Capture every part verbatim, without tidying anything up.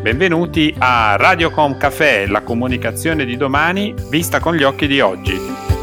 Benvenuti a Radiocom Café, la comunicazione di domani vista con gli occhi di oggi.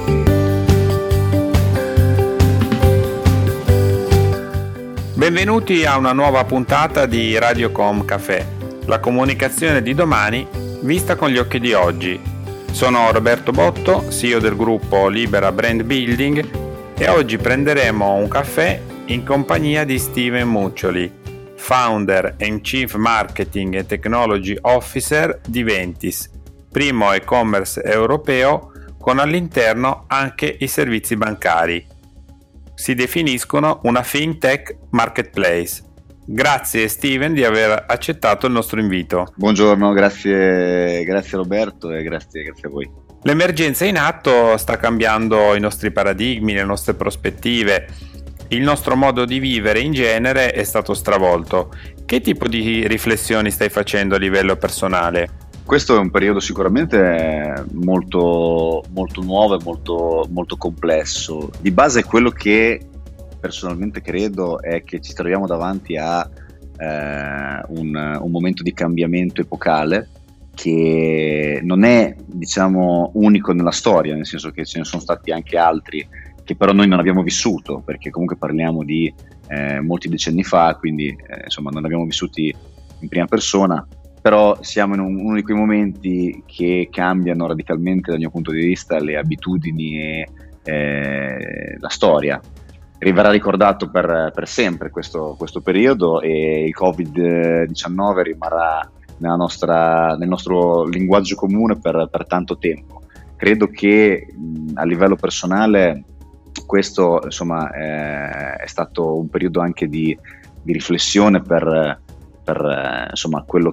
Benvenuti a una nuova puntata di Radiocom Café, la comunicazione di domani vista con gli occhi di oggi. Sono Roberto Botto, C E O del gruppo Libera Brand Building, e oggi prenderemo un caffè in compagnia di Steven Muccioli, Founder and Chief Marketing and Technology Officer di Ventis, primo e-commerce europeo con all'interno anche i servizi bancari. Si definiscono una fintech marketplace. Grazie Steven di aver accettato il nostro invito. Buongiorno, grazie, grazie Roberto e grazie, grazie a voi. L'emergenza in atto sta cambiando i nostri paradigmi, le nostre prospettive. Il nostro modo di vivere in genere è stato stravolto. Che tipo di riflessioni stai facendo a livello personale? Questo è un periodo sicuramente molto, molto nuovo e molto, molto complesso. Di base quello che personalmente credo è che ci troviamo davanti a eh, un, un momento di cambiamento epocale che non è, diciamo, unico nella storia, nel senso che ce ne sono stati anche altri che però noi non abbiamo vissuto, perché comunque parliamo di eh, molti decenni fa, quindi eh, insomma non abbiamo vissuti in prima persona, però siamo in un, uno di quei momenti che cambiano radicalmente dal mio punto di vista le abitudini e eh, la storia. Rimarrà ricordato per, per sempre questo, questo periodo, e il covid diciannove rimarrà nella nostra, nel nostro linguaggio comune per, per tanto tempo. Credo che mh, a livello personale questo insomma eh, è stato un periodo anche di, di riflessione per, per eh, insomma quello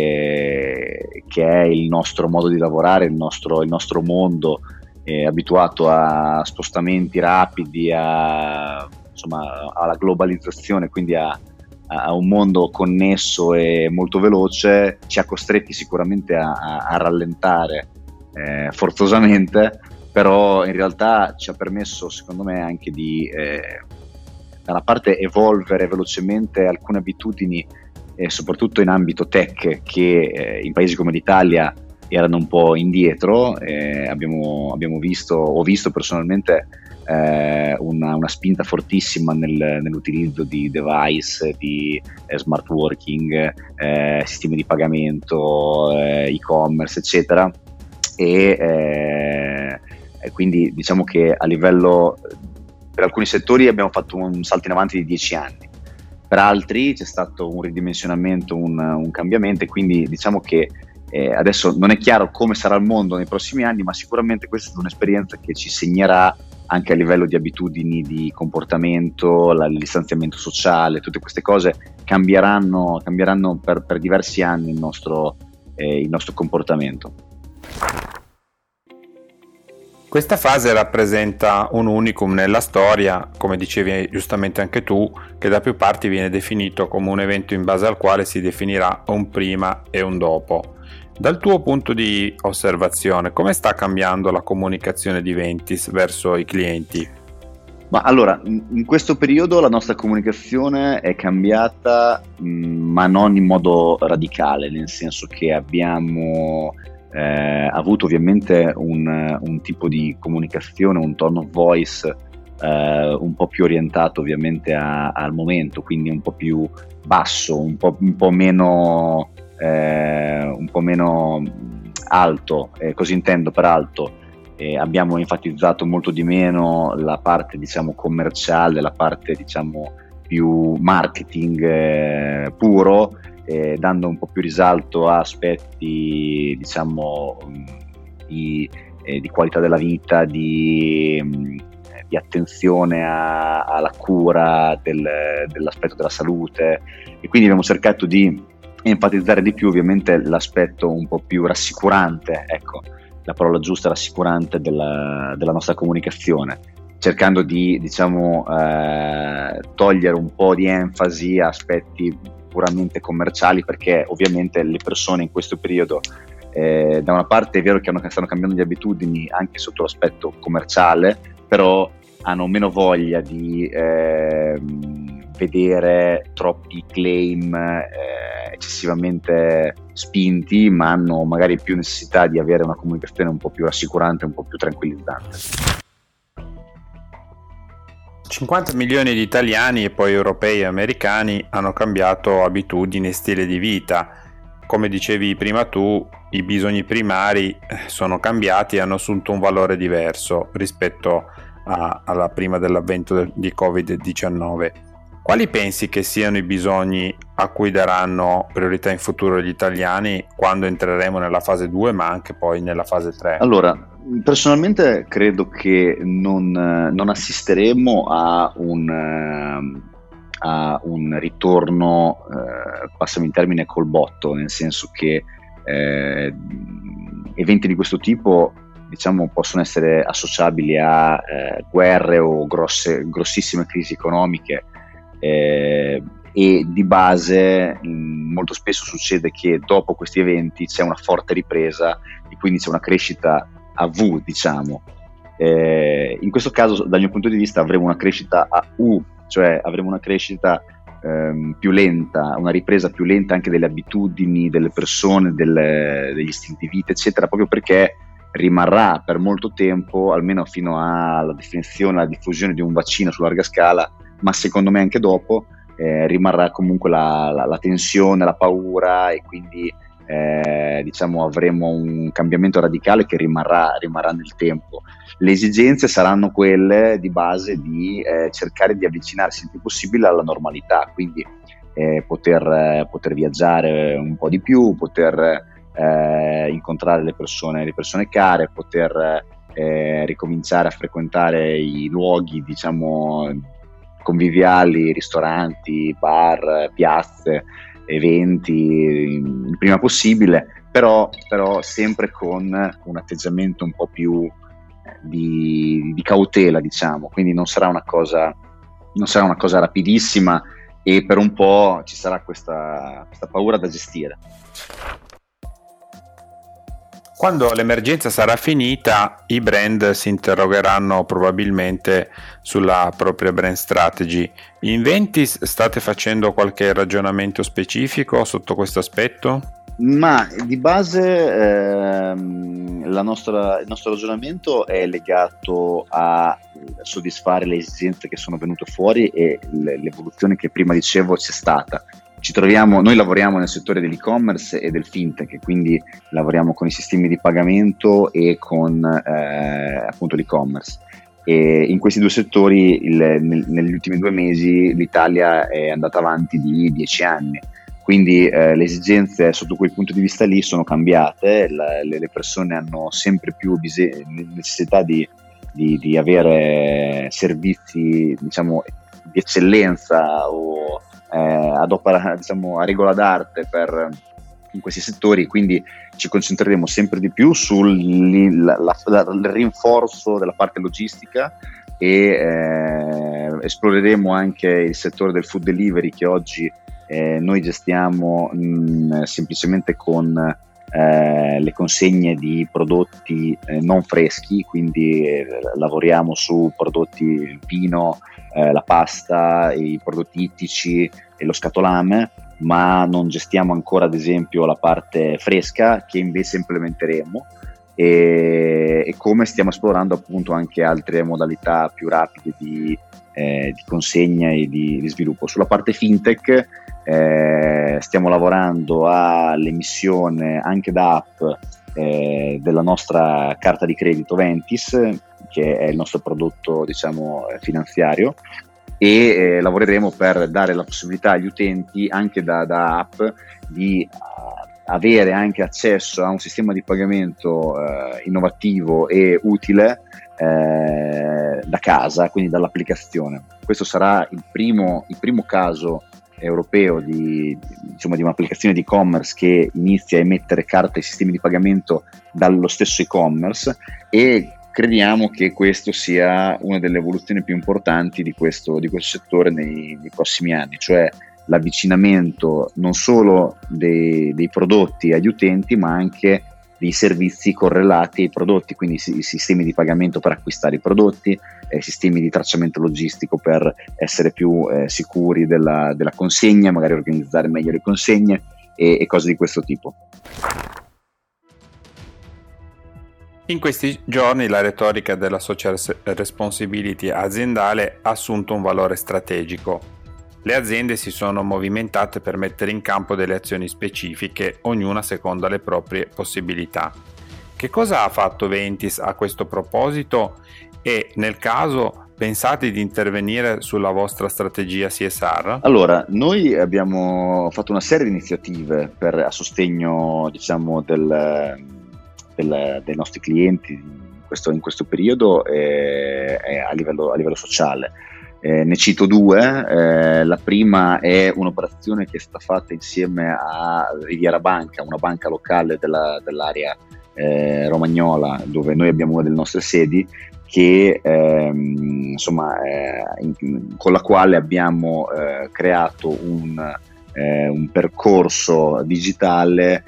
che, che è il nostro modo di lavorare, il nostro, il nostro mondo eh, abituato a spostamenti rapidi, a, insomma, alla globalizzazione, quindi a, a un mondo connesso e molto veloce, ci ha costretti sicuramente a, a, a rallentare eh, forzosamente, però in realtà ci ha permesso, secondo me, anche di eh, da una parte evolvere velocemente alcune abitudini, eh, soprattutto in ambito tech, che eh, in paesi come l'Italia erano un po' indietro. Eh, abbiamo, abbiamo visto, ho visto personalmente eh, una, una spinta fortissima nel, nell'utilizzo di device, di eh, smart working, eh, sistemi di pagamento, eh, e-commerce, eccetera, e eh, E quindi diciamo che a livello, per alcuni settori abbiamo fatto un salto in avanti di dieci anni, per altri c'è stato un ridimensionamento, un, un cambiamento, e quindi diciamo che eh, adesso non è chiaro come sarà il mondo nei prossimi anni, ma sicuramente questa è un'esperienza che ci segnerà anche a livello di abitudini, di comportamento, la, il distanziamento sociale, tutte queste cose cambieranno, cambieranno per, per diversi anni il nostro, eh, il nostro comportamento. Questa fase rappresenta un unicum nella storia, come dicevi giustamente anche tu, che da più parti viene definito come un evento in base al quale si definirà un prima e un dopo. Dal tuo punto di osservazione, come sta cambiando la comunicazione di Ventis verso i clienti? Ma allora, in questo periodo la nostra comunicazione è cambiata, ma non in modo radicale, nel senso che abbiamo Eh, avuto ovviamente un, un tipo di comunicazione, un tone of voice eh, un po' più orientato ovviamente a, al momento, quindi un po' più basso, un po', un po' meno eh, un po' meno alto, eh, così intendo per alto. Eh, abbiamo enfatizzato molto di meno la parte, diciamo, commerciale, la parte, diciamo, più marketing eh, puro, Eh, dando un po' più risalto a aspetti, diciamo, di, eh, di qualità della vita, di, di attenzione a, alla cura del, dell'aspetto della salute, e quindi abbiamo cercato di enfatizzare di più ovviamente l'aspetto un po' più rassicurante, ecco, la parola giusta, rassicurante della, della nostra comunicazione, cercando di, diciamo, eh, togliere un po' di enfasi a aspetti puramente commerciali, perché ovviamente le persone in questo periodo eh, da una parte è vero che, hanno, che stanno cambiando di abitudini anche sotto l'aspetto commerciale, però hanno meno voglia di eh, vedere troppi claim eh, eccessivamente spinti, ma hanno magari più necessità di avere una comunicazione un po' più rassicurante, un po' più tranquillizzante. cinquanta milioni di italiani e poi europei e americani hanno cambiato abitudini e stile di vita. Come dicevi prima tu, i bisogni primari sono cambiati e hanno assunto un valore diverso rispetto a, alla prima dell'avvento del, di covid diciannove. Quali pensi che siano i bisogni a cui daranno priorità in futuro gli italiani quando entreremo nella fase due, ma anche poi nella fase tre? Allora, personalmente credo che non, non assisteremo a un, a un ritorno, eh, passami il termine, col botto, nel senso che eh, eventi di questo tipo, diciamo, possono essere associabili a eh, guerre o grosse, grossissime crisi economiche, eh, e di base mh, molto spesso succede che dopo questi eventi c'è una forte ripresa e quindi c'è una crescita a V, diciamo. Eh, in questo caso, dal mio punto di vista, avremo una crescita a U, cioè avremo una crescita ehm, più lenta, una ripresa più lenta anche delle abitudini delle persone, delle, degli istinti di vita, eccetera, proprio perché rimarrà per molto tempo, almeno fino alla definizione, alla diffusione di un vaccino su larga scala, ma secondo me anche dopo, eh, rimarrà comunque la, la, la tensione, la paura, e quindi eh, diciamo avremo un cambiamento radicale che rimarrà, rimarrà nel tempo. Le esigenze saranno quelle di base di eh, cercare di avvicinarsi il più possibile alla normalità, quindi eh, poter, eh, poter viaggiare un po' di più, poter eh, incontrare le persone, le persone care, poter eh, ricominciare a frequentare i luoghi, diciamo, conviviali, ristoranti, bar, piazze, eventi, il prima possibile, però, però sempre con un atteggiamento un po' più di, di cautela, diciamo, quindi non sarà una cosa, non sarà una cosa rapidissima, e per un po' ci sarà questa, questa paura da gestire. Quando l'emergenza sarà finita, i brand si interrogheranno probabilmente sulla propria brand strategy. In Ventis state facendo qualche ragionamento specifico sotto questo aspetto? Ma di base ehm, la nostra, il nostro ragionamento è legato a soddisfare le esigenze che sono venute fuori e l'evoluzione che prima dicevo c'è stata. Ci troviamo, noi lavoriamo nel settore dell'e-commerce e del fintech, quindi lavoriamo con i sistemi di pagamento e con eh, appunto l'e-commerce. E in questi due settori il, nel, negli ultimi due mesi l'Italia è andata avanti di dieci anni, quindi eh, le esigenze sotto quel punto di vista lì sono cambiate, la, le, le persone hanno sempre più bise- necessità di, di, di avere servizi, diciamo, di eccellenza o Eh, ad opera, diciamo, a regola d'arte per, in questi settori, quindi ci concentreremo sempre di più sul la, la, la, il rinforzo della parte logistica e eh, esploreremo anche il settore del food delivery, che oggi eh, noi gestiamo mh, semplicemente con eh, le consegne di prodotti eh, non freschi, quindi eh, lavoriamo su prodotti, il vino, Eh, la pasta, i prodotti ittici e lo scatolame, ma non gestiamo ancora ad esempio la parte fresca, che invece implementeremo, e, e come stiamo esplorando appunto anche altre modalità più rapide di, eh, di consegna e di, di sviluppo. Sulla parte fintech eh, stiamo lavorando all'emissione anche da app eh, della nostra carta di credito Ventis, che è il nostro prodotto, diciamo, finanziario, e eh, lavoreremo per dare la possibilità agli utenti anche da, da app di uh, avere anche accesso a un sistema di pagamento uh, innovativo e utile eh, da casa, quindi dall'applicazione. Questo sarà il primo, il primo caso europeo di, diciamo, di un'applicazione di e-commerce che inizia a emettere carte e sistemi di pagamento dallo stesso e-commerce, e crediamo che questo sia una delle evoluzioni più importanti di questo, di questo settore nei, nei prossimi anni, cioè l'avvicinamento non solo dei, dei prodotti agli utenti, ma anche dei servizi correlati ai prodotti, quindi i sistemi di pagamento per acquistare i prodotti, eh, sistemi di tracciamento logistico per essere più eh, sicuri della, della consegna, magari organizzare meglio le consegne, e, e cose di questo tipo. In questi giorni la retorica della social responsibility aziendale ha assunto un valore strategico. Le aziende si sono movimentate per mettere in campo delle azioni specifiche, ognuna secondo le proprie possibilità. Che cosa ha fatto Ventis a questo proposito e, nel caso, pensate di intervenire sulla vostra strategia C S R? Allora, noi abbiamo fatto una serie di iniziative per, a sostegno, diciamo, del, del, dei nostri clienti in questo, in questo periodo eh, a, livello, a livello sociale. Eh, ne cito due. Eh, la prima è un'operazione che è stata fatta insieme a Riviera Banca, una banca locale della, dell'area eh, romagnola, dove noi abbiamo una delle nostre sedi, che ehm, insomma eh, in, con la quale abbiamo eh, creato un, eh, un percorso digitale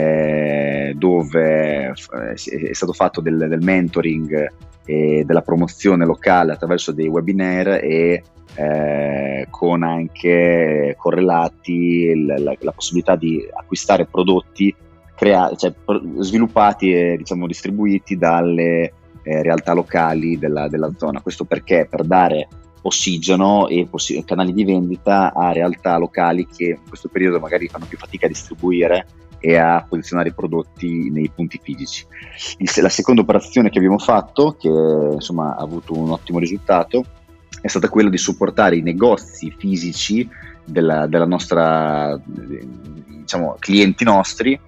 eh, dove è stato fatto del, del mentoring e della promozione locale attraverso dei webinar e eh, con anche correlati il, la, la possibilità di acquistare prodotti crea- cioè, pro- sviluppati e diciamo distribuiti dalle eh, realtà locali della, della zona. Questo perché? Per dare ossigeno e possi- canali di vendita a realtà locali che in questo periodo magari fanno più fatica a distribuire e a posizionare i prodotti nei punti fisici. Il, la seconda operazione che abbiamo fatto, che insomma ha avuto un ottimo risultato, è stata quella di supportare i negozi fisici della, della nostra, diciamo, clienti nostri,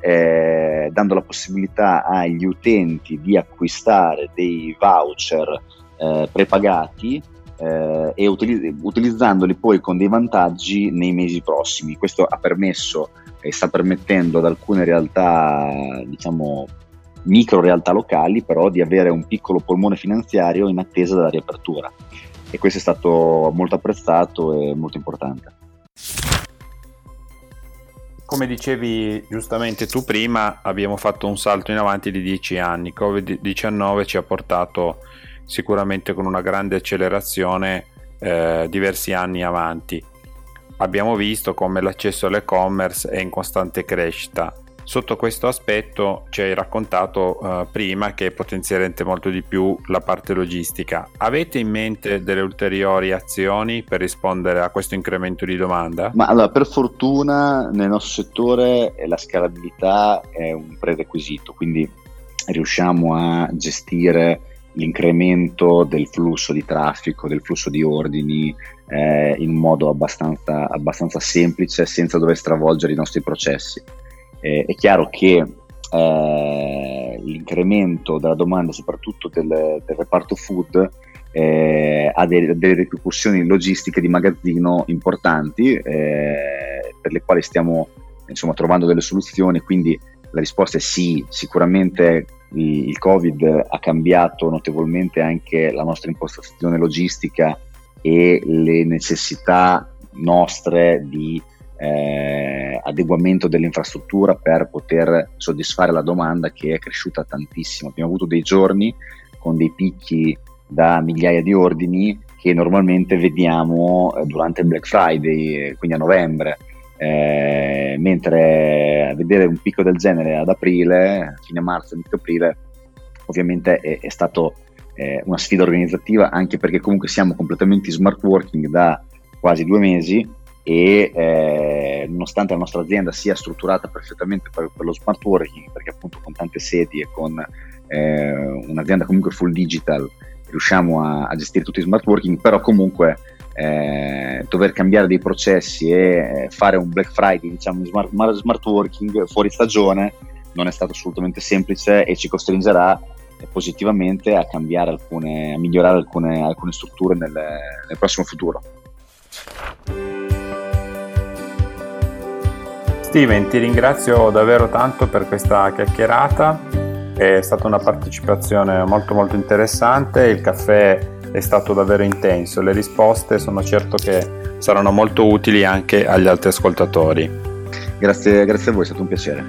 eh, dando la possibilità agli utenti di acquistare dei voucher eh, prepagati eh, e utili- utilizzandoli poi con dei vantaggi nei mesi prossimi. Questo ha permesso e sta permettendo ad alcune realtà, diciamo micro realtà locali, però di avere un piccolo polmone finanziario in attesa della riapertura, e questo è stato molto apprezzato e molto importante. Come dicevi giustamente tu prima, abbiamo fatto un salto in avanti di dieci anni. covid diciannove ci ha portato sicuramente con una grande accelerazione eh, diversi anni avanti. Abbiamo visto come l'accesso all'e-commerce è in costante crescita. Sotto questo aspetto ci hai raccontato uh, prima che potenzierete molto di più la parte logistica. Avete in mente delle ulteriori azioni per rispondere a questo incremento di domanda? Ma allora, per fortuna nel nostro settore la scalabilità è un prerequisito, quindi riusciamo a gestire l'incremento del flusso di traffico, del flusso di ordini eh, in modo abbastanza, abbastanza semplice, senza dover stravolgere i nostri processi. Eh, è chiaro che eh, l'incremento della domanda, soprattutto del, del reparto food, eh, ha delle, delle ripercussioni logistiche di magazzino importanti, eh, per le quali stiamo insomma trovando delle soluzioni. Quindi la risposta è sì, sicuramente il Covid ha cambiato notevolmente anche la nostra impostazione logistica e le necessità nostre di eh, adeguamento dell'infrastruttura per poter soddisfare la domanda, che è cresciuta tantissimo. Abbiamo avuto dei giorni con dei picchi da migliaia di ordini che normalmente vediamo durante il Black Friday, quindi a novembre. Eh, mentre vedere un picco del genere ad aprile, fine marzo, inizio aprile, ovviamente è, è stato eh, una sfida organizzativa, anche perché comunque siamo completamente in smart working da quasi due mesi e eh, nonostante la nostra azienda sia strutturata perfettamente per, per lo smart working, perché appunto con tante sedi e con eh, un'azienda comunque full digital riusciamo a, a gestire tutti i smart working, però comunque Eh, dover cambiare dei processi e eh, fare un Black Friday, diciamo, in smart, smart working fuori stagione non è stato assolutamente semplice e ci costringerà eh, positivamente a cambiare alcune, a migliorare alcune, alcune strutture nel, nel prossimo futuro. Steven, ti ringrazio davvero tanto per questa chiacchierata, è stata una partecipazione molto molto interessante, il caffè è stato davvero intenso, le risposte sono certo che saranno molto utili anche agli altri ascoltatori. Grazie, grazie a voi, è stato un piacere.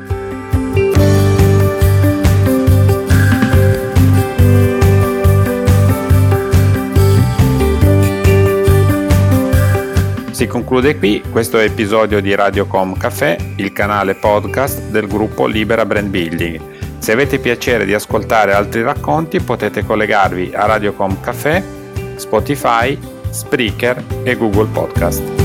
Si Si conclude qui questo episodio di Radiocom Café, il canale podcast del gruppo Libera Brand Building. Se avete piacere di ascoltare altri racconti potete collegarvi a Radiocom Café, Spotify, Spreaker e Google Podcast.